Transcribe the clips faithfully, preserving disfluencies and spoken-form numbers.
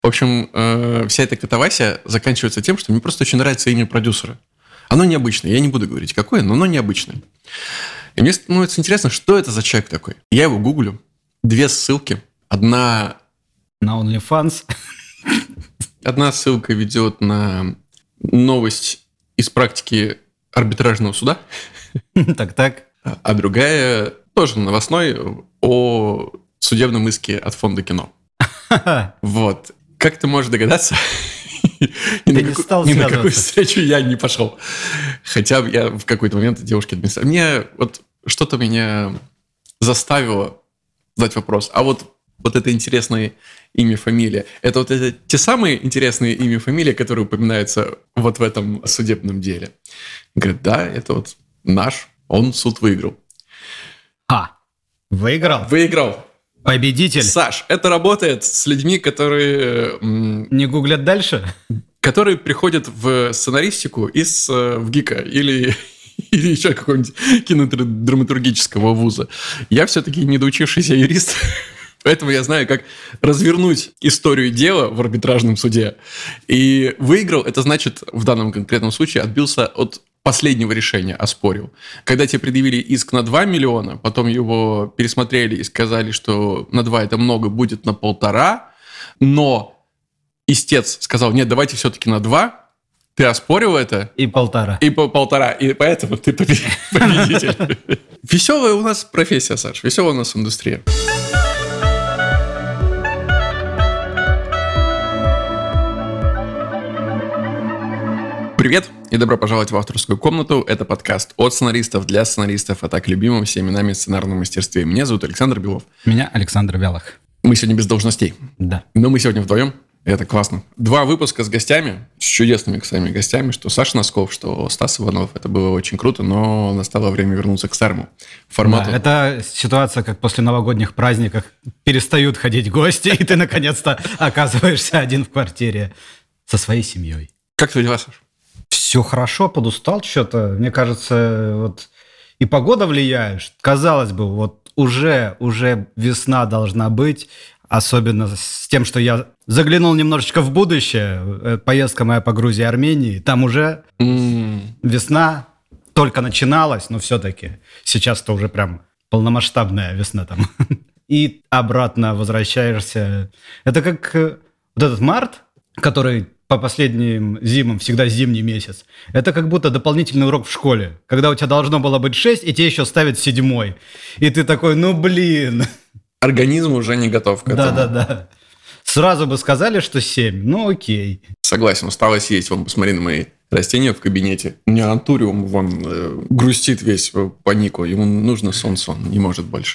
В общем, э, вся эта катавасия заканчивается тем, что мне просто очень нравится имя продюсера. Оно необычное. Я не буду говорить, какое, но оно необычное. И мне становится интересно, что это за человек такой. Я его гуглю. Две ссылки. Одна... На OnlyFans. Одна ссылка ведет на новость из практики арбитражного суда. Так-так. А другая тоже новостной о судебном иске от фонда кино. Вот. Как ты можешь догадаться, ни, на, какую, ни на какую встречу я не пошел. Хотя я в какой-то момент девушке администрации... Мне вот что-то меня заставило задать вопрос. А вот, вот это интересное имя, фамилия, это вот это те самые интересные имя, фамилия, которые упоминаются вот в этом судебном деле? Говорит, да, это вот наш, он суд выиграл. А, выиграл? Выиграл. Победитель. Саш, это работает с людьми, которые... Не гуглят дальше? Которые приходят в сценаристику из в ГИКа или, или еще какого-нибудь кинодраматургического вуза. Я все-таки недоучившийся юрист, поэтому я знаю, как развернуть историю дела в арбитражном суде. И выиграл, это значит, в данном конкретном случае отбился от последнего решения, оспорил. Когда тебе предъявили иск на два миллиона, потом его пересмотрели и сказали, что на два это много, будет на полтора, но истец сказал, нет, давайте все-таки на два, ты оспорил это. И полтора. И по полтора, и поэтому ты победитель. Веселая у нас профессия, Саш, веселая у нас индустрия. Привет и добро пожаловать в авторскую комнату. Это подкаст от сценаристов для сценаристов, а так любимым всеми нами сценарном мастерстве. Меня зовут Александр Белов. Меня Александр Вялых. Мы сегодня без должностей. Да. Но мы сегодня вдвоем. Это классно. Два выпуска с гостями, с чудесными, кстати, гостями, что Саша Носков, что Стас Иванов. Это было очень круто, но настало время вернуться к старому формату. Да, это ситуация, как после новогодних праздников перестают ходить гости, и ты наконец-то оказываешься один в квартире со своей семьей. Как твои дела, Саша? Все хорошо, подустал что-то. Мне кажется, вот и погода влияет. Казалось бы, вот уже, уже весна должна быть, особенно с тем, что я заглянул немножечко в будущее. Поездка моя по Грузии и Армении. Там уже mm. весна только начиналась, но все-таки сейчас-то уже прям полномасштабная весна там. И обратно возвращаешься. Это как вот этот март, который... по последним зимам, всегда зимний месяц. Это как будто дополнительный урок в школе, когда у тебя должно было быть шесть, и тебе еще ставят седьмой. И ты такой, ну блин. Организм уже не готов к этому. Да-да-да. Сразу бы сказали, что семь. Ну окей. Согласен, усталость есть. Вон, посмотри на мои растения в кабинете. У меня антуриум, вон, э, грустит весь по нику. Ему нужно солнце, он не может больше.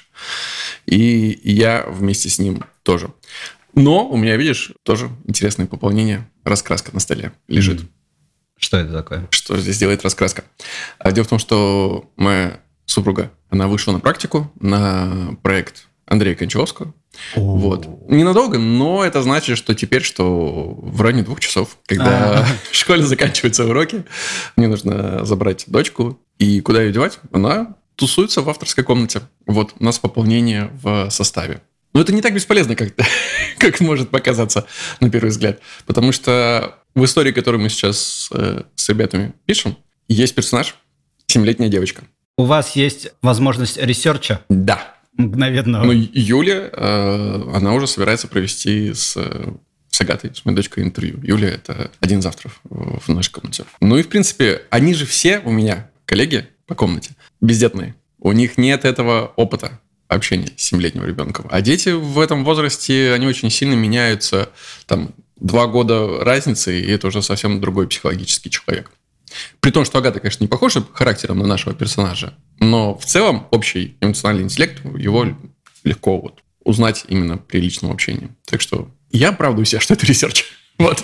И я вместе с ним тоже. Но у меня, видишь, тоже интересное пополнение. Раскраска на столе лежит. Что это такое? Что здесь делает раскраска? Дело в том, что моя супруга, она вышла на практику на проект Андрея Кончаловского. Вот. Ненадолго, но это значит, что теперь, что в районе двух часов, когда в школе заканчиваются уроки, мне нужно забрать дочку. И куда ее девать? Она тусуется в авторской комнате. Вот у нас пополнение в составе. Но это не так бесполезно, как, как может показаться на первый взгляд. Потому что в истории, которую мы сейчас э, с ребятами пишем, есть персонаж, семилетняя девочка. У вас есть возможность ресерча? Да. Мгновенного. Ну, Юля, э, она уже собирается провести с, с Агатой, с моей дочкой, интервью. Юля – это один из авторов в нашей комнате. Ну и, в принципе, они же все у меня, коллеги по комнате, бездетные. У них нет этого опыта общения с семилетним ребенком. А дети в этом возрасте, они очень сильно меняются. Там два года разницы, и это уже совсем другой психологический человек. При том, что Агата, конечно, не похожа характером на нашего персонажа, но в целом общий эмоциональный интеллект, его легко вот узнать именно при личном общении. Так что я оправдываю себя, что это ресерч. Вот.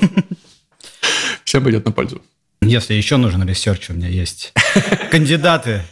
Всем пойдет на пользу. Если еще нужен ресерч, у меня есть кандидаты.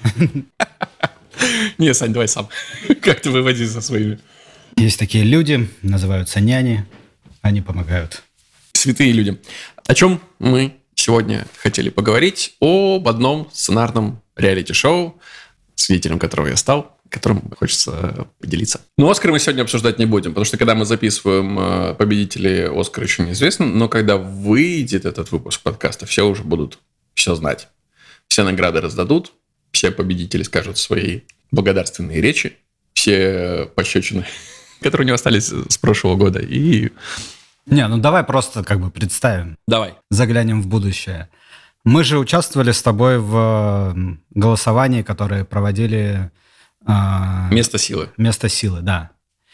Не, Сань, давай сам. Как ты выводи со своими? Есть такие люди, называются няни. Они помогают. Святые люди. О чем мы сегодня хотели поговорить? Об одном сценарном реалити-шоу, свидетелем которого я стал которым хочется поделиться. Но «Оскар» мы сегодня обсуждать не будем, потому что когда мы записываем победителей «Оскара» еще неизвестно, но когда выйдет этот выпуск подкаста, все уже будут все знать. Все награды раздадут, все победители скажут свои благодарственные речи, все пощечины, которые у него остались с прошлого года. И... Не, ну давай просто как бы представим. Давай. Заглянем в будущее. Мы же участвовали с тобой в голосовании, которое проводили... Место силы. Место силы, да.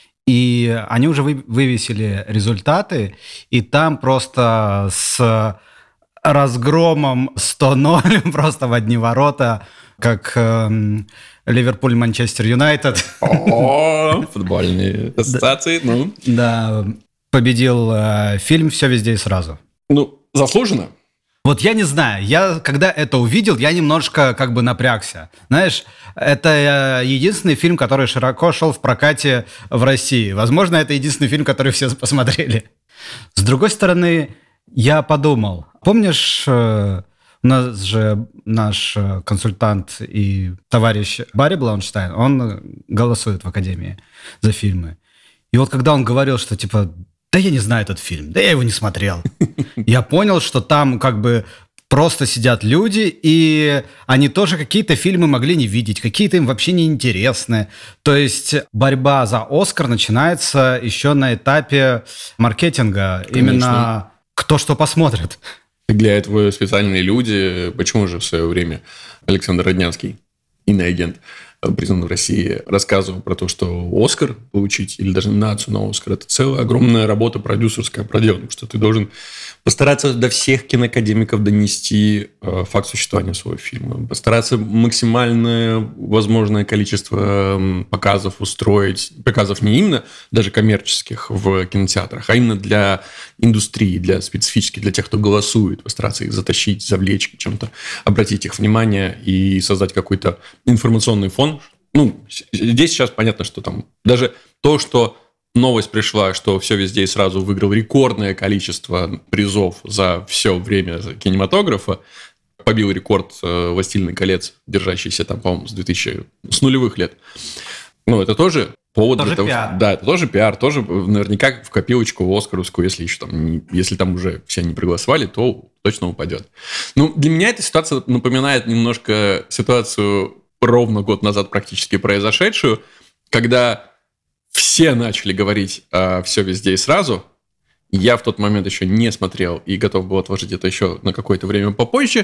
И они уже вы, вывесили результаты, и там просто с разгромом сто ноль просто в одни ворота, как эм, Ливерпуль-Манчестер Юнайтед. О, футбольные ассоциации, ну. Да, победил э, фильм «Все везде и сразу». Ну, заслуженно. Вот я не знаю, я когда это увидел, я немножко как бы напрягся. Знаешь, это единственный фильм, который широко шел в прокате в России. Возможно, это единственный фильм, который все посмотрели. С другой стороны, я подумал, помнишь, у нас же наш консультант и товарищ Барри Блаунштайн, он голосует в Академии за фильмы. И вот когда он говорил, что типа... Да я не знаю этот фильм, да я его не смотрел. Я понял, что там как бы просто сидят люди, и они тоже какие-то фильмы могли не видеть, какие-то им вообще не интересны. То есть борьба за «Оскар» начинается еще на этапе маркетинга. Конечно. Именно кто что посмотрит. Для этого специальные люди. Почему же в свое время Александр Роднянский, иноагент, признан в России, рассказывал про то, что «Оскар» получить, или даже номинацию на «Оскар» — это целая огромная работа продюсерская проделана, что ты должен постараться до всех киноакадемиков донести э, факт существования своего фильма, постараться максимальное возможное количество э, показов устроить, показов не именно даже коммерческих в кинотеатрах, а именно для индустрии, для специфически для тех, кто голосует, постараться их затащить, завлечь чем-то, обратить их внимание и создать какой-то информационный фон. Ну, здесь сейчас понятно, что там даже то, что новость пришла, что «Все везде и сразу» выиграл рекордное количество призов за все время кинематографа, побил рекорд «Властелин колец», держащийся там, по-моему, с две тысячи с нулевых лет. Ну, это тоже повод тоже для того, пиар. Что, да, это тоже пиар, тоже наверняка в копилочку оскаровскую, если еще там, не, если там уже все не проголосовали, то точно упадет. Ну, для меня эта ситуация напоминает немножко ситуацию ровно год назад практически произошедшую, когда все начали говорить а, «все везде и сразу». Я в тот момент еще не смотрел и готов был отложить это еще на какое-то время попозже,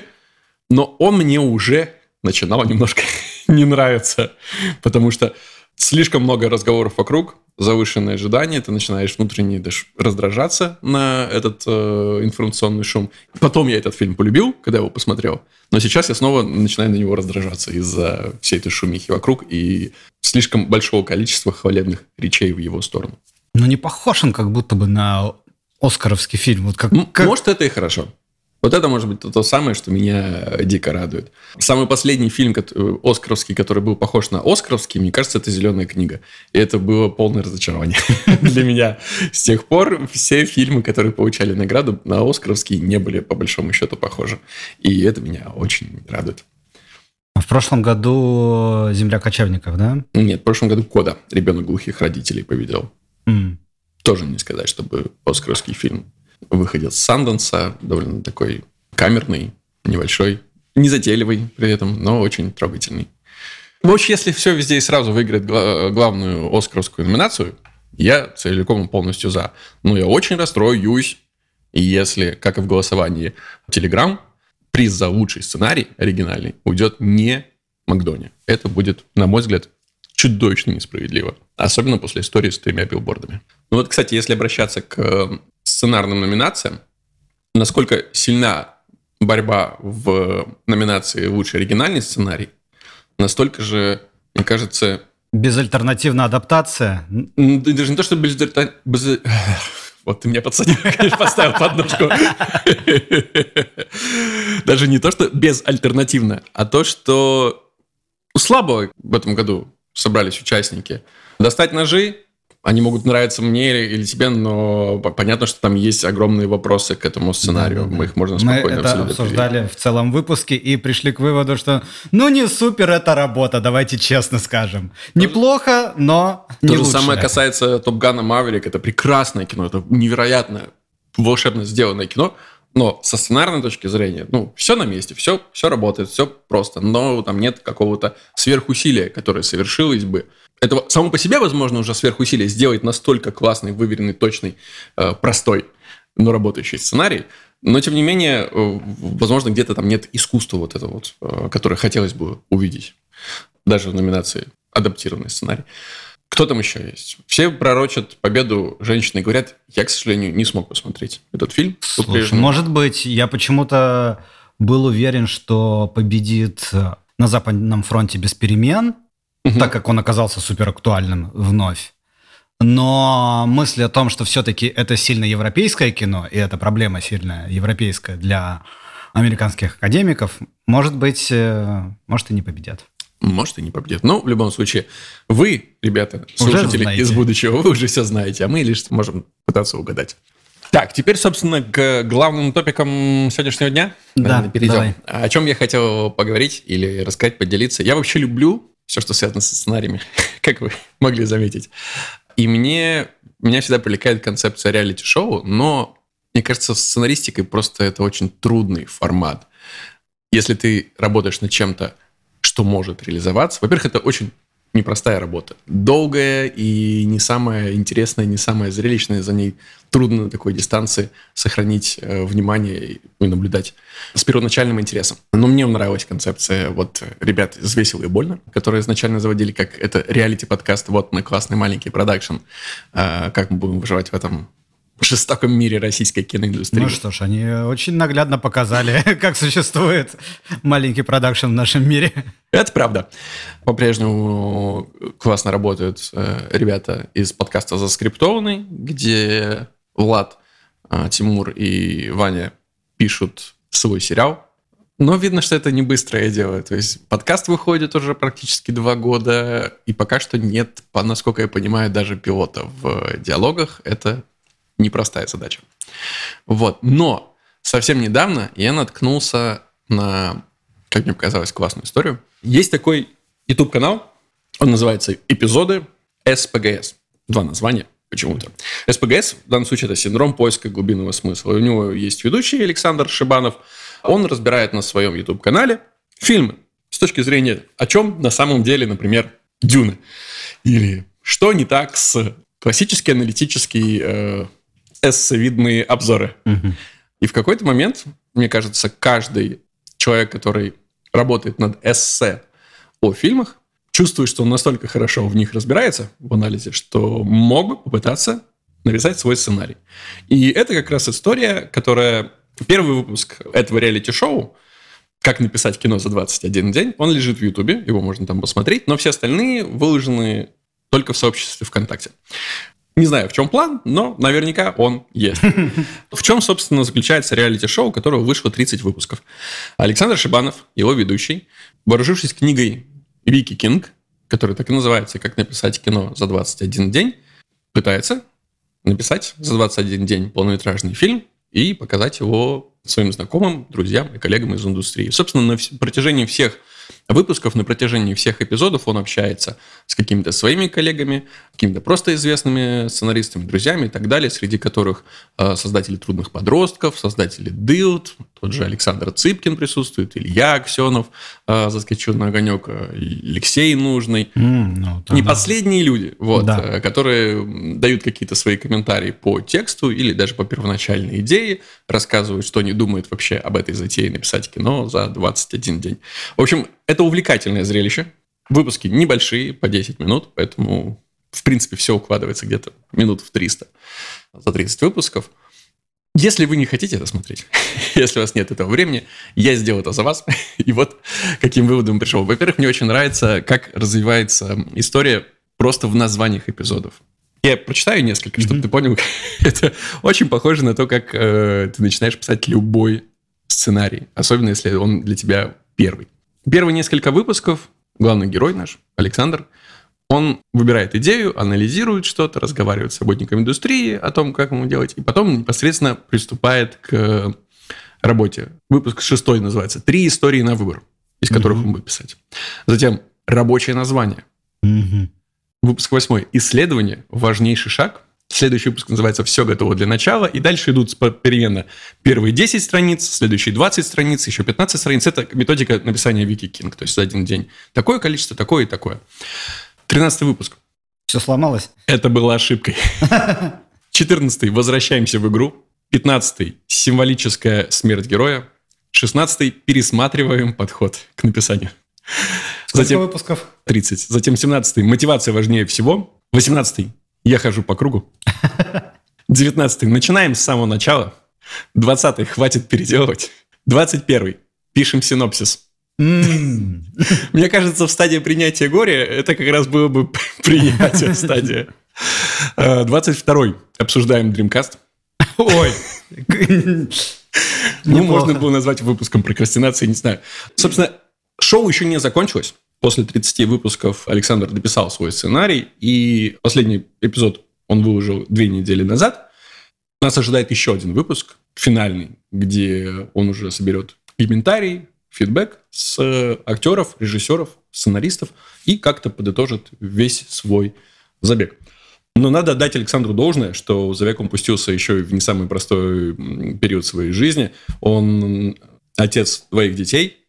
но он мне уже начинал немножко не нравиться, потому что слишком много разговоров вокруг, завышенные ожидания, ты начинаешь внутренне даже раздражаться на этот э, информационный шум. Потом я этот фильм полюбил, когда его посмотрел, но сейчас я снова начинаю на него раздражаться из-за всей этой шумихи вокруг и слишком большого количества хвалебных речей в его сторону. Ну, не похож он как будто бы на оскаровский фильм. Вот как, как... Может, это и хорошо. Вот это, может быть, то, то самое, что меня дико радует. Самый последний фильм оскаровский, который был похож на оскаровский, мне кажется, это «Зеленая книга». И это было полное разочарование для меня. С тех пор все фильмы, которые получали награду на оскаровский, не были, по большому счету, похожи. И это меня очень радует. В прошлом году «Земля кочевников», да? Нет, в прошлом году «Кода», «Ребенок глухих родителей» победил. Mm. Тоже не сказать, чтобы оскаровский фильм. Выходец с Санденса, довольно такой камерный, небольшой, незатейливый при этом, но очень трогательный. В общем, если «Все везде и сразу» выиграет главную оскаровскую номинацию, я целиком и полностью за. Но я очень расстроюсь, если, как и в голосовании Telegram, приз за лучший сценарий оригинальный уйдет не Макдоне. Это будет, на мой взгляд, чудовищно несправедливо. Особенно после истории с тремя билбордами. Ну вот, кстати, если обращаться к сценарным номинациям, насколько сильна борьба в номинации «Лучший оригинальный сценарий», настолько же, мне кажется... Безальтернативная адаптация? Даже не то, что безальтернативная... Без... Вот ты меня подсадил, конечно, поставил подножку. Даже не то, что безальтернативно, а то, что слабо в этом году собрались участники. Достать ножи, Они могут нравиться мне или тебе, но понятно, что там есть огромные вопросы к этому сценарию. Да, да, да. Мы их можно спокойно Мы это обсуждали перевести. В целом выпуске и пришли к выводу, что ну не супер эта работа, давайте честно скажем. Неплохо, но не То же лучшее. самое касается Топ Гана Маверик. Это прекрасное кино, это невероятно волшебно сделанное кино. Но со сценарной точки зрения, ну, все на месте, все, все работает, все просто. Но там нет какого-то сверхусилия, которое совершилось бы. Это само по себе, возможно, уже сверхусилие сделать настолько классный, выверенный, точный, э, простой, но работающий сценарий. Но, тем не менее, э, возможно, где-то там нет искусства вот этого вот, э, которое хотелось бы увидеть. Даже в номинации «Адаптированный сценарий». Кто там еще есть? Все пророчат победу женщины и говорят, я, к сожалению, не смог посмотреть этот фильм. Слушай, может быть, я почему-то был уверен, что победит «На Западном фронте без перемен», угу. так как он оказался суперактуальным вновь. Но мысль о том, что все-таки это сильно европейское кино, и это проблема сильно европейская для американских академиков, может быть, может и не победят. Может, и не победит. Но в любом случае, вы, ребята, слушатели из будущего, вы уже все знаете, а мы лишь можем пытаться угадать. Так, теперь, собственно, к главным топикам сегодняшнего дня. Да, наверное, перейдем. Давай. О чем я хотел поговорить или рассказать, поделиться. Я вообще люблю все, что связано со сценариями, как вы могли заметить. И мне, меня всегда привлекает концепция реалити-шоу, но, мне кажется, с сценаристикой просто это очень трудный формат. Если ты работаешь над чем-то, что может реализоваться. Во-первых, это очень непростая работа. Долгая и не самая интересная, не самая зрелищная. За ней трудно на такой дистанции сохранить э, внимание и наблюдать с первоначальным интересом. Но мне нравилась концепция вот ребят из «Весело и больно», которые изначально заводили как это реалити-подкаст. Вот мы классный маленький продакшн. Э, как мы будем выживать в этом жестоком мире российской киноиндустрии. Ну что ж, они очень наглядно показали, как существует маленький продакшн в нашем мире. Это правда. По-прежнему классно работают э, ребята из подкаста «Заскриптованный», где Влад, э, Тимур и Ваня пишут свой сериал. Но видно, что это не быстрое дело. То есть подкаст выходит уже практически два года, и пока что нет, насколько я понимаю, даже пилота в диалогах. Это непростая задача. Вот. Но совсем недавно я наткнулся на, как мне показалось, классную историю. Есть такой YouTube-канал, он называется «Эпизоды эс пэ гэ эс». Два названия почему-то. эс пэ гэ эс, в данном случае, это синдром поиска глубинного смысла. У него есть ведущий Александр Шибанов. Он разбирает на своем YouTube-канале фильмы с точки зрения, о чем на самом деле, например, «Дюна». Или что не так с классические аналитические э, эссевидные обзоры. Угу. И в какой-то момент, мне кажется, каждый человек, который работает над эссе о фильмах, чувствует, что он настолько хорошо в них разбирается, в анализе, что мог бы попытаться написать свой сценарий. И это как раз история, которая... Первый выпуск этого реалити-шоу «Как написать кино за двадцать один день», он лежит в Ютубе, его можно там посмотреть, но все остальные выложены только в сообществе ВКонтакте. Не знаю, в чем план, но наверняка он есть. В чем, собственно, заключается реалити-шоу, у которого вышло тридцать выпусков. Александр Шибанов, его ведущий, вооружившись книгой Вики Кинг, которая так и называется «Как написать кино за двадцать один день», пытается написать за двадцать один день полнометражный фильм и показать его своим знакомым, друзьям и коллегам из индустрии. Собственно, на протяжении всех выпусков, на протяжении всех эпизодов он общается с какими-то своими коллегами, какими-то просто известными сценаристами, друзьями и так далее, среди которых э, создатели «Трудных подростков», создатели «Дылд», тот же Александр Цыпкин присутствует, Илья Аксенов, э, «Заскочу на огонек», Алексей Нужный. Mm, ну, Не да. последние люди, вот, да. э, которые дают какие-то свои комментарии по тексту или даже по первоначальной идее, рассказывают, что они думают вообще об этой затее написать кино за двадцать один день. В общем, это увлекательное зрелище. Выпуски небольшие, по десять минут, поэтому, в принципе, все укладывается где-то минут в триста за тридцать выпусков. Если вы не хотите это смотреть, если у вас нет этого времени, я сделал это за вас. И вот каким выводом пришел. Во-первых, мне очень нравится, как развивается история просто в названиях эпизодов. Я прочитаю несколько, mm-hmm. чтобы ты понял. Это очень похоже на то, как э, ты начинаешь писать любой сценарий, особенно если он для тебя первый. Первые несколько выпусков главный герой наш, Александр, Он выбирает идею, анализирует что-то, разговаривает с работниками индустрии о том, как ему делать, и потом непосредственно приступает к работе. Выпуск шестой называется «Три истории на выбор», из которых mm-hmm. он будет писать. Затем рабочее название. Mm-hmm. Выпуск восьмой «Исследование. Важнейший шаг». Следующий выпуск называется «Все готово для начала». И дальше идут попеременно первые десять страниц, следующие двадцать страниц, еще пятнадцать страниц. Это методика написания Вики Кинг. То есть за один день такое количество, такое и такое. Тринадцатый выпуск. Все сломалось? Это было ошибкой. Четырнадцатый. Возвращаемся в игру. Пятнадцатый. Символическая смерть героя. Шестнадцатый. Пересматриваем подход к написанию. Сколько Затем выпусков? тридцать. Затем семнадцатый. Мотивация важнее всего. Восемнадцатый. Я хожу по кругу. Девятнадцатый. Начинаем с самого начала. Двадцатый. Хватит переделывать. Двадцать первый. Пишем синопсис. Mm. Мне кажется, в стадии принятия горя это как раз было бы принятие стадия. Двадцать второй. Обсуждаем Dreamcast. Ой. Ну, можно было назвать выпуском прокрастинации, не знаю. Собственно, шоу еще не закончилось. После тридцати выпусков Александр дописал свой сценарий, и последний эпизод он выложил две недели назад. Нас ожидает еще один выпуск, финальный, где он уже соберет комментарии, фидбэк с актеров, режиссеров, сценаристов и как-то подытожит весь свой забег. Но надо отдать Александру должное, что в забег он пустился еще и в не самый простой период своей жизни. Он отец двоих детей,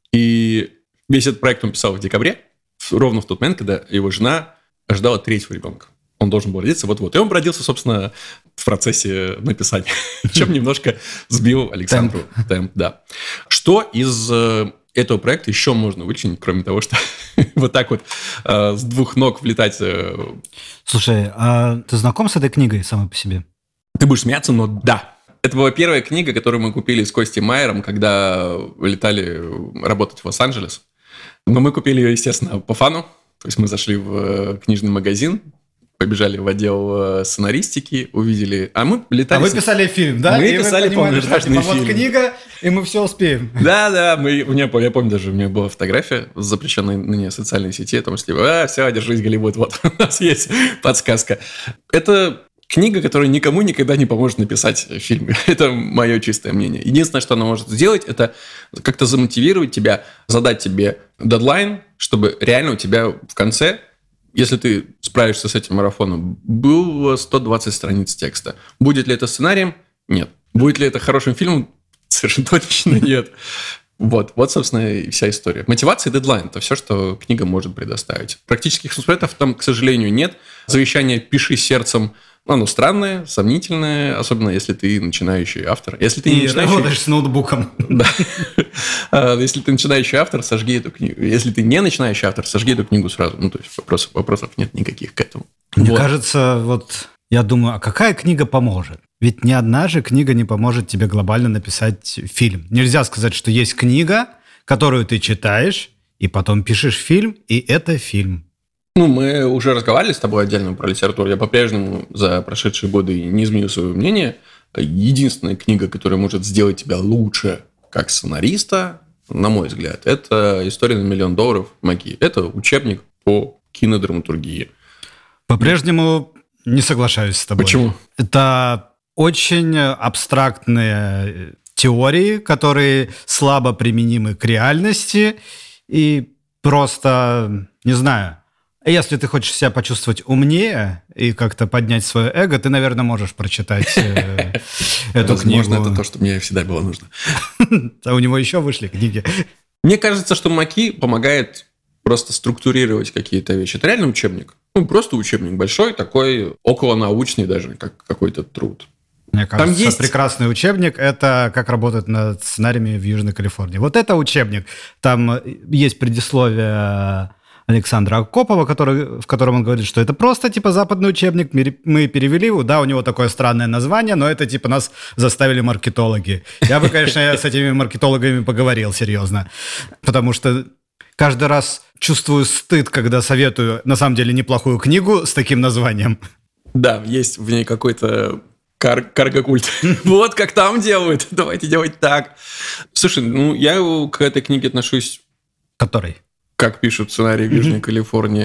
и весь этот проект он писал в декабре, ровно в тот момент, когда его жена ожидала третьего ребенка. Он должен был родиться вот-вот. И он родился, собственно, в процессе написания, чем немножко сбил Александру темп. Да. Что из этого проекта еще можно вычленить, кроме того, что вот так вот с двух ног влетать? Слушай, а ты знаком с этой книгой самой по себе? Ты будешь смеяться, но да. Это была первая книга, которую мы купили с Костей Майером, когда летали работать в Лос-Анджелес. Но мы купили ее, естественно, по фану. То есть мы зашли в книжный магазин, побежали в отдел сценаристики, увидели... А мы летали... А вы писали фильм, да? Мы и писали полнометражный фильм. Вот книга, и мы все успеем. Да-да, мы, у меня, я помню, даже у меня была фотография с запрещенной на ней социальной сети, о том, что типа, а, все, держись, Голливуд, вот, у нас есть подсказка. Это книга, которая никому никогда не поможет написать фильм. Это мое чистое мнение. Единственное, что она может сделать, это как-то замотивировать тебя, задать тебе дедлайн, чтобы реально у тебя в конце... Если ты справишься с этим марафоном, было сто двадцать страниц текста. Будет ли это сценарием? Нет. Будет ли это хорошим фильмом? Совершенно точно нет. Вот, вот, собственно, и вся история. Мотивация и дедлайн – это все, что книга может предоставить. Практических сюжетов там, к сожалению, нет. Завещание «Пиши сердцем» оно странное, сомнительное, особенно если ты начинающий автор. Если ты и не начинающий... работаешь с ноутбуком. Да. Если ты начинающий автор, сожги эту книгу. Если ты не начинающий автор, сожги эту книгу сразу. Ну, то есть вопросов, вопросов нет никаких к этому. Мне вот. кажется, вот я думаю, а какая книга поможет? Ведь ни одна же книга не поможет тебе глобально написать фильм. Нельзя сказать, что есть книга, которую ты читаешь, и потом пишешь фильм, и это фильм. Ну, мы уже разговаривали с тобой отдельно про литературу. Я по-прежнему за прошедшие годы не изменил свое мнение. Единственная книга, которая может сделать тебя лучше как сценариста, на мой взгляд, это «История на миллион долларов» Маки. Это учебник по кинодраматургии. По-прежнему не соглашаюсь с тобой. Почему? Это очень абстрактные теории, которые слабо применимы к реальности. И просто, не знаю... Если ты хочешь себя почувствовать умнее и как-то поднять свое эго, ты, наверное, можешь прочитать э, эту книгу. Возможно, это то, что мне всегда было нужно. А у него еще вышли книги. Мне кажется, что Маки помогает просто структурировать какие-то вещи. Это реально учебник. Ну, просто учебник большой, такой околонаучный даже, как какой-то труд. Мне кажется, есть... прекрасный учебник – это как работать над сценариями в Южной Калифорнии. Вот это учебник. Там есть предисловие... Александра Акопова, который, в котором он говорит, что это просто типа западный учебник, мы перевели его, да, у него такое странное название, но это типа нас заставили маркетологи. Я бы, конечно, с этими маркетологами поговорил серьезно, потому что каждый раз чувствую стыд, когда советую, на самом деле, неплохую книгу с таким названием. Да, есть в ней какой-то кар- карго-культ. Вот как там делают, давайте делать так. Слушай, ну я к этой книге отношусь... Которой? Как пишут сценарии в Южной mm-hmm. Калифорнии, с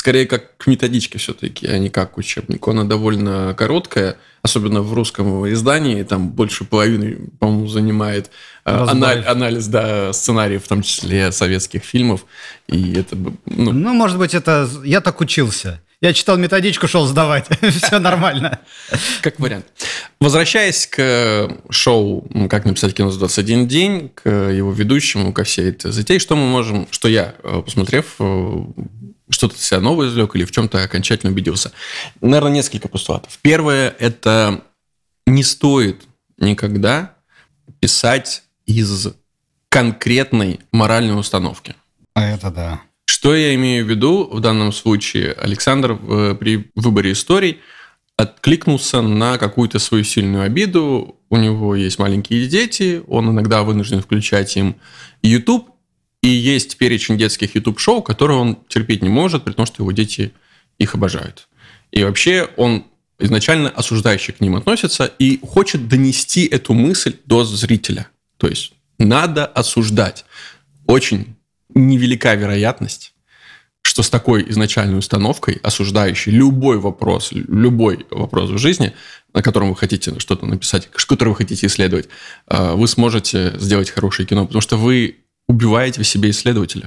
скорее как к методичке все-таки, а не как к учебнику. Она довольно короткая, особенно в русском издании, там больше половины, по-моему, занимает анализ, анализ да, сценариев, в том числе советских фильмов. И это, ну... ну, может быть, это... Я так учился. Я читал методичку, шел сдавать. Все нормально. Как вариант. Возвращаясь к шоу «Как написать кино за двадцать один день», к его ведущему, ко всей этой затее, что мы можем, что я, посмотрев, что-то себя новое извлек или в чем-то окончательно убедился. Наверное, несколько постулатов. Первое – это не стоит никогда писать из конкретной моральной установки. А это да. Что я имею в виду? В данном случае Александр при выборе историй откликнулся на какую-то свою сильную обиду. У него есть маленькие дети, он иногда вынужден включать им YouTube, и есть перечень детских YouTube-шоу, которые он терпеть не может, при том, что его дети их обожают. И вообще он изначально осуждающе к ним относится и хочет донести эту мысль до зрителя. То есть надо осуждать. Очень невелика вероятность, что с такой изначальной установкой, осуждающей любой вопрос, любой вопрос в жизни, на котором вы хотите что-то написать, который вы хотите исследовать, вы сможете сделать хорошее кино, потому что вы убиваете в себе исследователя.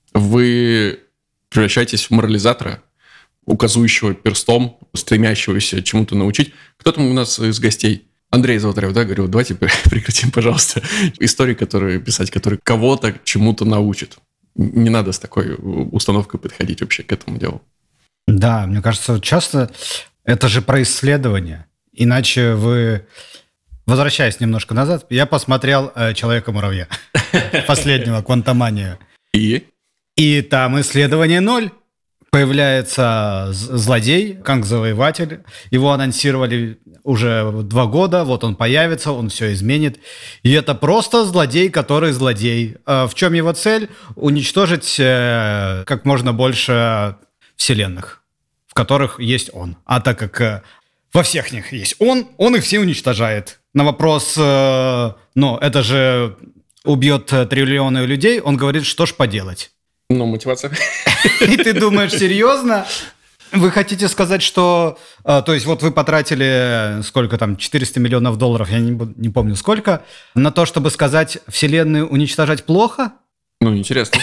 Вы превращаетесь в морализатора, указывающего перстом, стремящегося чему-то научить. Кто-то у нас из гостей, Андрей Золотарев, да, говорил, давайте прекратим, пожалуйста, истории, которые писать, которые кого-то чему-то научат. Не надо с такой установкой подходить вообще к этому делу. Да, мне кажется, часто это же про исследование. Иначе вы... Возвращаясь немножко назад, я посмотрел «Человека-муравья» последнего, «Квантоманию». И? И там исследование ноль. Появляется злодей, Канг-завоеватель. Его анонсировали уже два года. Вот он появится, он все изменит. И это просто злодей, который злодей. В чем его цель? Уничтожить как можно больше вселенных, в которых есть он. А так как во всех них есть он, он их все уничтожает. На вопрос, ну, это же убьет триллионы людей, он говорит, что ж поделать. Ну, мотивация. И ты думаешь, серьезно? Вы хотите сказать, что... То есть вот вы потратили, сколько там, четыреста миллионов долларов, я не, не помню сколько, на то, чтобы сказать, вселенную уничтожать плохо? Ну, интересно.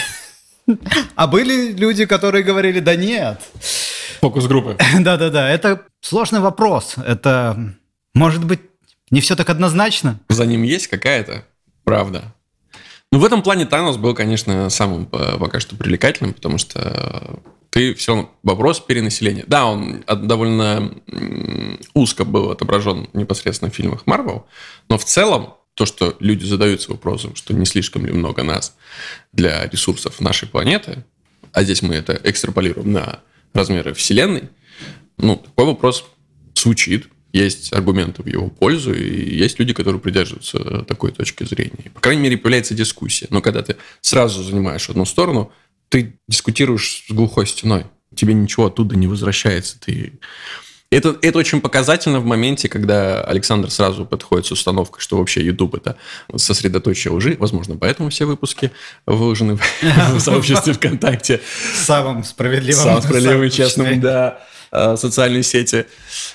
А были люди, которые говорили, да нет. Фокус-группы. Да-да-да, это сложный вопрос. Это, может быть, не все так однозначно? За ним есть какая-то правда. Ну, в этом плане Танос был, конечно, самым пока что привлекательным, потому что ты все вопрос перенаселения. Да, он довольно узко был отображен непосредственно в фильмах Марвел, но в целом то, что люди задаются вопросом, что не слишком ли много нас для ресурсов нашей планеты, а здесь мы это экстраполируем на размеры Вселенной, ну, такой вопрос звучит. Есть аргументы в его пользу, и есть люди, которые придерживаются такой точки зрения. По крайней мере, появляется дискуссия. Но когда ты сразу занимаешь одну сторону, ты дискутируешь с глухой стеной. Тебе ничего оттуда не возвращается. Ты... Это, это очень показательно в моменте, когда Александр сразу подходит с установкой, что вообще YouTube – это сосредоточие лжи. Возможно, поэтому все выпуски выложены в сообществе ВКонтакте. Самым справедливым. Самым справедливым и честным, да, социальной сети.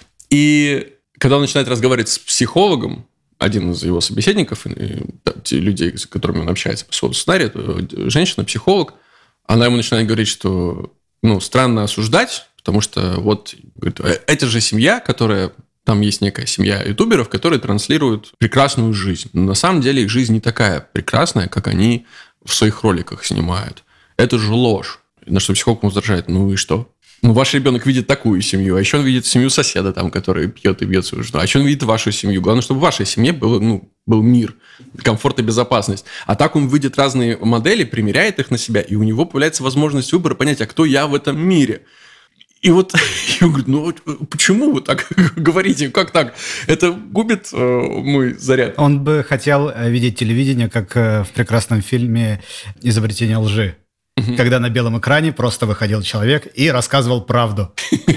И когда он начинает разговаривать с психологом, один из его собеседников, и, да, те люди, с которыми он общается по своему сценарию, женщина-психолог, она ему начинает говорить, что ну, странно осуждать, потому что вот говорит, это же семья, которая... Там есть некая семья ютуберов, которые транслируют прекрасную жизнь. Но на самом деле их жизнь не такая прекрасная, как они в своих роликах снимают. Это же ложь. На что психолог возражает, ну и что? Ну, ваш ребенок видит такую семью, а еще он видит семью соседа, там, который пьет и бьет свою жену. А еще он видит вашу семью. Главное, чтобы в вашей семье было, ну, был мир, комфорт и безопасность. А так он видит разные модели, примеряет их на себя, и у него появляется возможность выбора, понять, а кто я в этом мире. И вот я говорю, ну почему вы так говорите, как так? Это губит э, мой заряд. Он бы хотел видеть телевидение, как в прекрасном фильме «Изобретение лжи». Когда на белом экране просто выходил человек и рассказывал правду.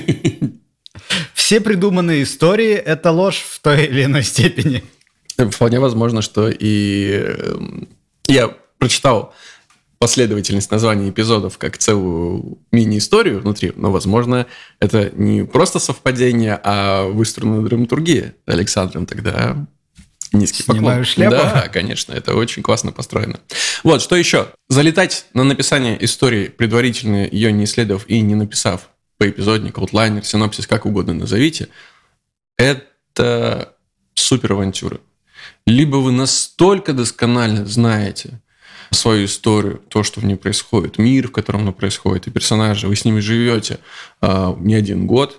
Все придуманные истории – это ложь в той или иной степени. Вполне возможно, что и я прочитал последовательность названий эпизодов как целую мини-историю внутри, но, возможно, это не просто совпадение, а выстроенная драматургия Александром. Тогда низкий поклон. Снимаю шляпу? Да, конечно, это очень классно построено. Вот, что еще? Залетать на написание истории, предварительно ее не исследовав и не написав поэпизодник, аутлайнер, синопсис, как угодно назовите, это супер авантюра. Либо вы настолько досконально знаете свою историю, то, что в ней происходит, мир, в котором оно происходит, и персонажи, вы с ними живете э, не один год,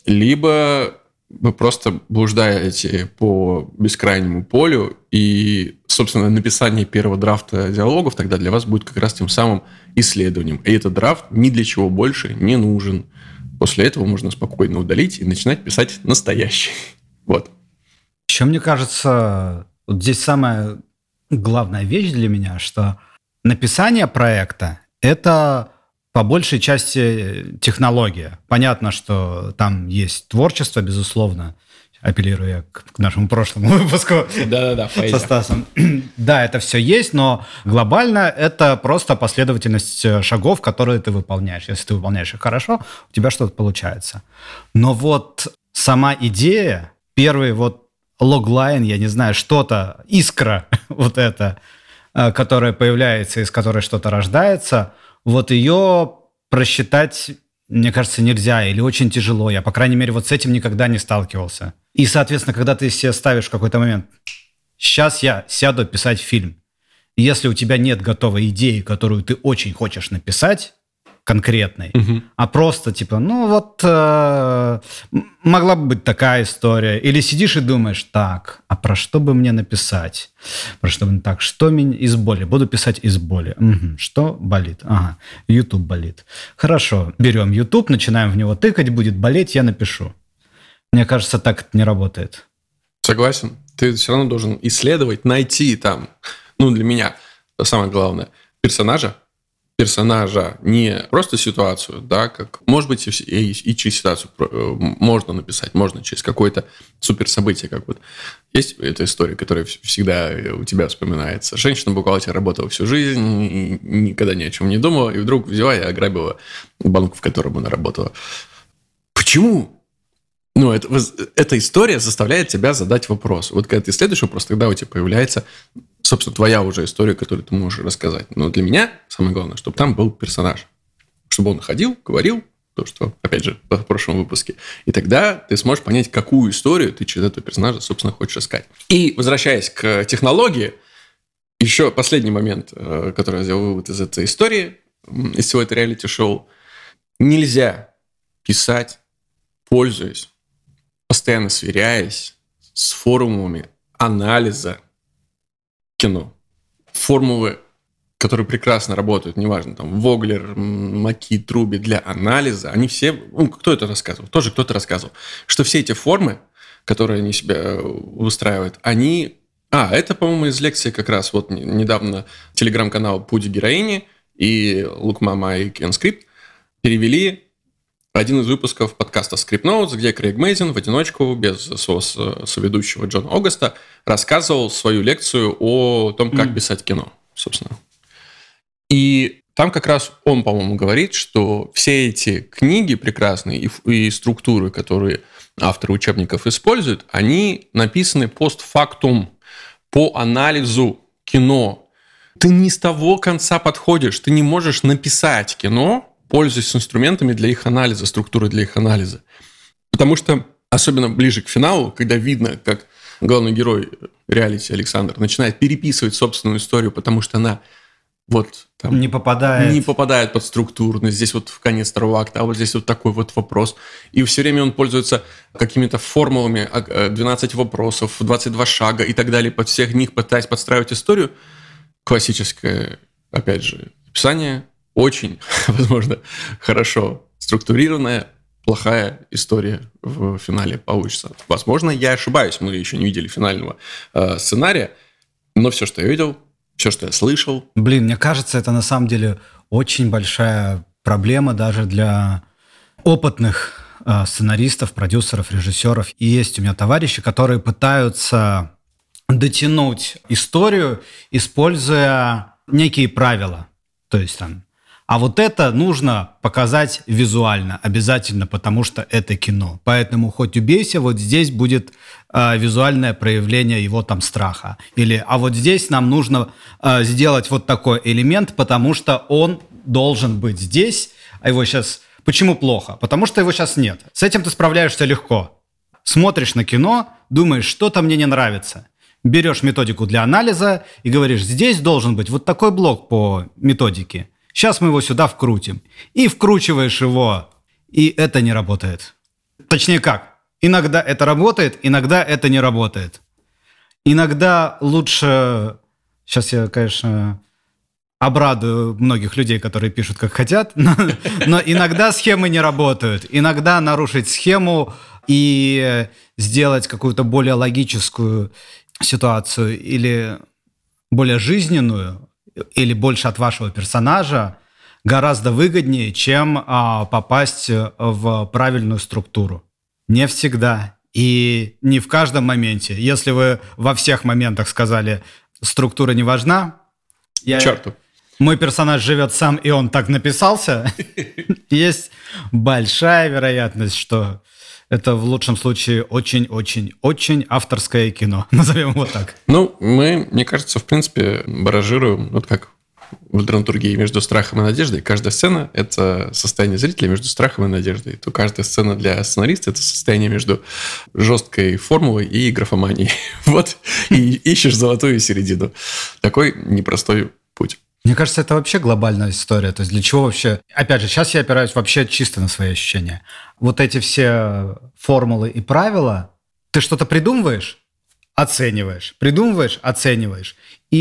либо вы просто блуждаете по бескрайнему полю, и, собственно, написание первого драфта диалогов тогда для вас будет как раз тем самым исследованием. И этот драфт ни для чего больше не нужен. После этого можно спокойно удалить и начинать писать настоящий. Вот. Еще мне кажется, вот здесь самая главная вещь для меня, что написание проекта – это по большей части технология. Понятно, что там есть творчество, безусловно, апеллируя к, к нашему прошлому выпуску Да-да-да, со Стасом. Да, это все есть, но глобально это просто последовательность шагов, которые ты выполняешь. Если ты выполняешь их хорошо, у тебя что-то получается. Но вот сама идея, первый вот логлайн, я не знаю, что-то, искра вот эта, которая появляется, из которой что-то рождается, вот ее просчитать, мне кажется, нельзя или очень тяжело. Я, по крайней мере, вот с этим никогда не сталкивался. И, соответственно, когда ты себе ставишь в какой-то момент, сейчас я сяду писать фильм, и если у тебя нет готовой идеи, которую ты очень хочешь написать, конкретной, угу. а просто типа, ну вот э, могла бы быть такая история. Или сидишь и думаешь, так, а про что бы мне написать? Про что бы так, что меня из боли? Буду писать из боли. Угу. Что болит? Ага, YouTube болит. Хорошо, берем YouTube, начинаем в него тыкать, будет болеть, я напишу. Мне кажется, так это не работает. Согласен. Ты все равно должен исследовать, найти там, ну для меня самое главное, персонажа, персонажа, не просто ситуацию, да, как, может быть, и, и, и через ситуацию можно написать, можно через какое-то суперсобытие, как вот. Есть эта история, которая всегда у тебя вспоминается. Женщина-бухгалтер работала всю жизнь, и никогда ни о чем не думала, и вдруг взяла и ограбила банк, в котором она работала. Почему? Ну, это, эта история заставляет тебя задать вопрос. Вот когда ты исследуешь вопрос, тогда у тебя появляется, собственно, твоя уже история, которую ты можешь рассказать. Но для меня самое главное, чтобы там был персонаж. Чтобы он ходил, говорил, то, что, опять же, в прошлом выпуске. И тогда ты сможешь понять, какую историю ты через этого персонажа, собственно, хочешь искать. И, возвращаясь к технологии, еще последний момент, который я сделал вывод из этой истории, из всего этого реалити-шоу. Нельзя писать, пользуясь, постоянно сверяясь с форумами анализа кино. Формулы, которые прекрасно работают, неважно, там, Воглер, Маки, Труби для анализа, они все... Ну, кто это рассказывал? Тоже кто-то рассказывал. Что все эти формы, которые они себя устраивают, они... А, это, по-моему, из лекции как раз вот недавно телеграм-канал «Пуди героини» и «Look Mama» и «Kenskript» перевели один из выпусков подкаста Script Notes, где Крейг Мейзин в одиночку, без своего соведущего Джона Огаста, рассказывал свою лекцию о том, как mm. писать кино, собственно. И там как раз он, по-моему, говорит, что все эти книги прекрасные и, и структуры, которые авторы учебников используют, они написаны постфактум, по анализу кино. Ты не с того конца подходишь, ты не можешь написать кино, пользуясь инструментами для их анализа, структурой для их анализа. Потому что, особенно ближе к финалу, когда видно, как главный герой реалити Александр начинает переписывать собственную историю, потому что она вот там не попадает. не попадает под структурность. Здесь вот в конец второго акта, а вот здесь вот такой вот вопрос. И все время он пользуется какими-то формулами, двенадцать вопросов, двадцать два шага и так далее, под всех них пытаясь подстраивать историю. Классическое, опять же, описание. Очень, возможно, хорошо структурированная, плохая история в финале получится. Возможно, я ошибаюсь, мы еще не видели финального э, сценария, но все, что я видел, все, что я слышал... Блин, мне кажется, это на самом деле очень большая проблема даже для опытных э, сценаристов, продюсеров, режиссеров. И есть у меня товарищи, которые пытаются дотянуть историю, используя некие правила. То есть там... А вот это нужно показать визуально обязательно, потому что это кино. Поэтому хоть убейся, вот здесь будет э, визуальное проявление его там страха. Или, а вот здесь нам нужно э, сделать вот такой элемент, потому что он должен быть здесь, а его сейчас... Почему плохо? Потому что его сейчас нет. С этим ты справляешься легко. Смотришь на кино, думаешь, что-то мне не нравится. Берешь методику для анализа и говоришь, здесь должен быть вот такой блок по методике. Сейчас мы его сюда вкрутим. И вкручиваешь его, и это не работает. Точнее как? Иногда это работает, иногда это не работает. Иногда лучше... Сейчас я, конечно, обрадую многих людей, которые пишут, как хотят, но, но иногда схемы не работают. Иногда нарушить схему и сделать какую-то более логическую ситуацию или более жизненную, или больше от вашего персонажа, гораздо выгоднее, чем а, попасть в правильную структуру. Не всегда и не в каждом моменте. Если вы во всех моментах сказали, структура не важна, я... Черту. Мой персонаж живет сам, и он так написался, есть большая вероятность, что это в лучшем случае очень-очень-очень авторское кино. Назовем его так. Ну, мы, мне кажется, в принципе, баражируем, вот как в драматургии, между страхом и надеждой. Каждая сцена – это состояние зрителя между страхом и надеждой. То каждая сцена для сценариста – это состояние между жесткой формулой и графоманией. Вот, и ищешь золотую середину. Такой непростой путь. Мне кажется, это вообще глобальная история. То есть для чего вообще... Опять же, сейчас я опираюсь вообще чисто на свои ощущения. Вот эти все формулы и правила, ты что-то придумываешь, оцениваешь, придумываешь, оцениваешь.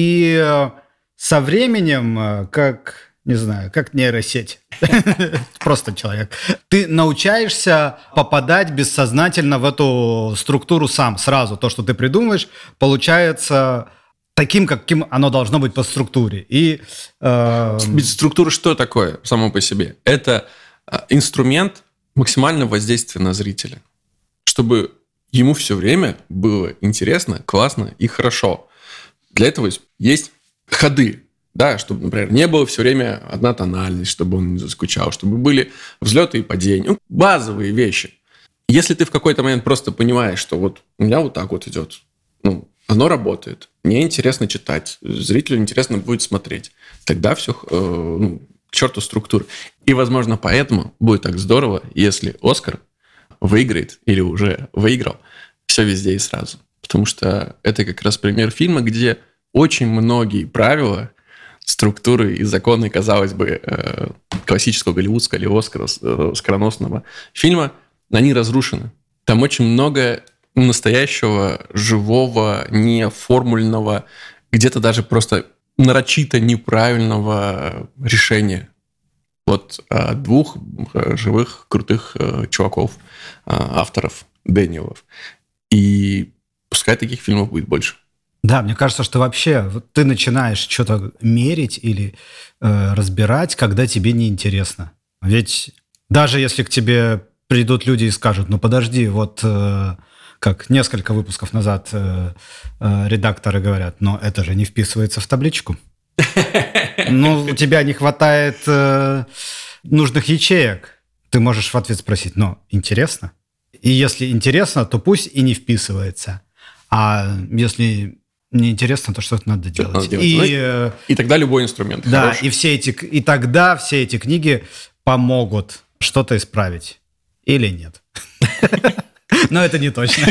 И со временем, как, не знаю, как нейросеть, просто человек, ты научаешься попадать бессознательно в эту структуру сам, сразу. То, что ты придумываешь, получается... таким, каким оно должно быть по структуре. И, э... Структура что такое само по себе? Это инструмент максимального воздействия на зрителя, чтобы ему все время было интересно, классно и хорошо. Для этого есть ходы, да, чтобы, например, не было все время одна тональность, чтобы он не заскучал, чтобы были взлеты и падения, ну, базовые вещи. Если ты в какой-то момент просто понимаешь, что вот у меня вот так вот идет, ну, оно работает, мне интересно читать, зрителю интересно будет смотреть, тогда все, э, ну, к черту структуры. И, возможно, поэтому будет так здорово, если «Оскар» выиграет или уже выиграл все везде и сразу. Потому что это как раз пример фильма, где очень многие правила, структуры и законы, казалось бы, э, классического голливудского или Оскара, э, оскароносного фильма, они разрушены. Там очень много настоящего, живого, неформульного, где-то даже просто нарочито неправильного решения от двух живых, крутых чуваков, авторов, Дэниелов. И пускай таких фильмов будет больше. Да, мне кажется, что вообще вот ты начинаешь что-то мерить или э, разбирать, когда тебе неинтересно. Ведь даже если к тебе придут люди и скажут, ну подожди, вот... Э, как несколько выпусков назад э, э, редакторы говорят, но это же не вписывается в табличку. Ну, у тебя не хватает э, нужных ячеек. Ты можешь в ответ спросить, ну, интересно? И если интересно, то пусть и не вписывается. А если не интересно, то что-то надо делать. Надо делать. И, э, и тогда любой инструмент. Да, хороший. и, все эти, и тогда все эти книги помогут что-то исправить. Или нет. Но это не точно.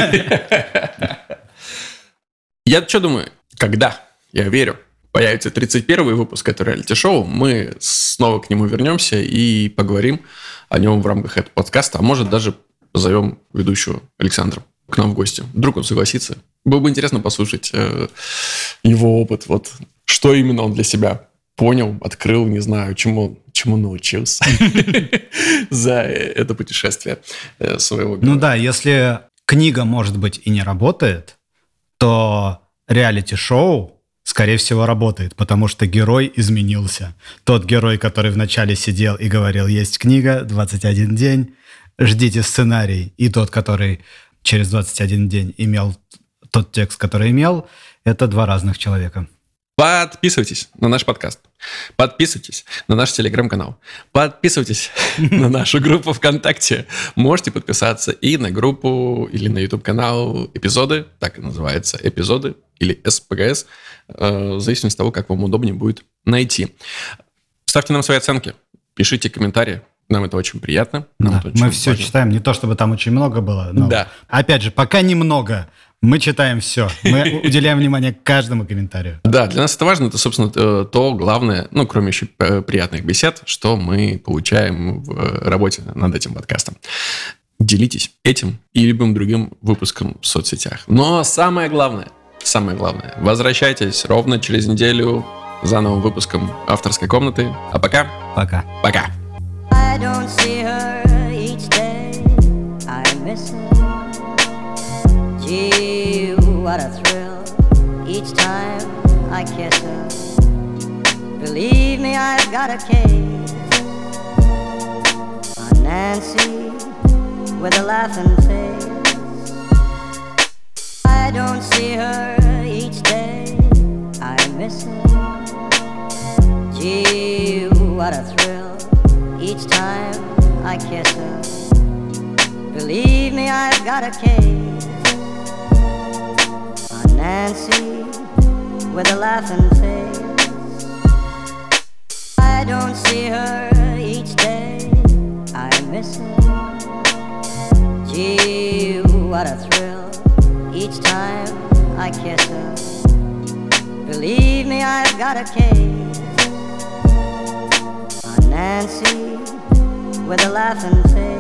Я что думаю? Когда, я верю, появится тридцать первый выпуск этого реалити-шоу, мы снова к нему вернемся и поговорим о нем в рамках этого подкаста, а может даже позовем ведущего Александра к нам в гости. Вдруг он согласится. Было бы интересно послушать э, его опыт, вот что именно он для себя понял, открыл, не знаю, чему, чему научился за это путешествие своего героя. Ну да, если книга, может быть, и не работает, то реалити-шоу, скорее всего, работает, потому что герой изменился. Тот герой, который вначале сидел и говорил, есть книга, двадцать один день, ждите сценарий, и тот, который через двадцать один день имел тот текст, который имел, это два разных человека. Подписывайтесь на наш подкаст. Подписывайтесь на наш телеграм-канал. Подписывайтесь на нашу группу ВКонтакте. Можете подписаться и на группу или на YouTube-канал «Эпизоды». Так и называется «Эпизоды» или эс пэ гэ эс. В зависимости от того, как вам удобнее будет найти. Ставьте нам свои оценки. Пишите комментарии. Нам это очень приятно. Нам Да, это очень мы все важно. читаем. Не то, чтобы там очень много было. Но Да. опять же, пока немного. Мы читаем все. Мы уделяем внимание каждому комментарию. Да, для нас это важно. Это, собственно, то главное, ну, кроме еще приятных бесед, что мы получаем в работе над этим подкастом. Делитесь этим и любым другим выпуском в соцсетях. Но самое главное, самое главное, возвращайтесь ровно через неделю за новым выпуском авторской комнаты. А пока, Пока. пока. I don't see her each day. I miss her. Gee, what a thrill each time I kiss her. Believe me, I've got a case on Nancy with a laughing face. I don't see her each day. I miss her. Gee, what a thrill each time I kiss her. Believe me, I've got a case on Nancy with a laughing face. I don't see her each day. I miss her. Gee, what a thrill each time I kiss her. Believe me, I've got a case on Nancy with a laughing face.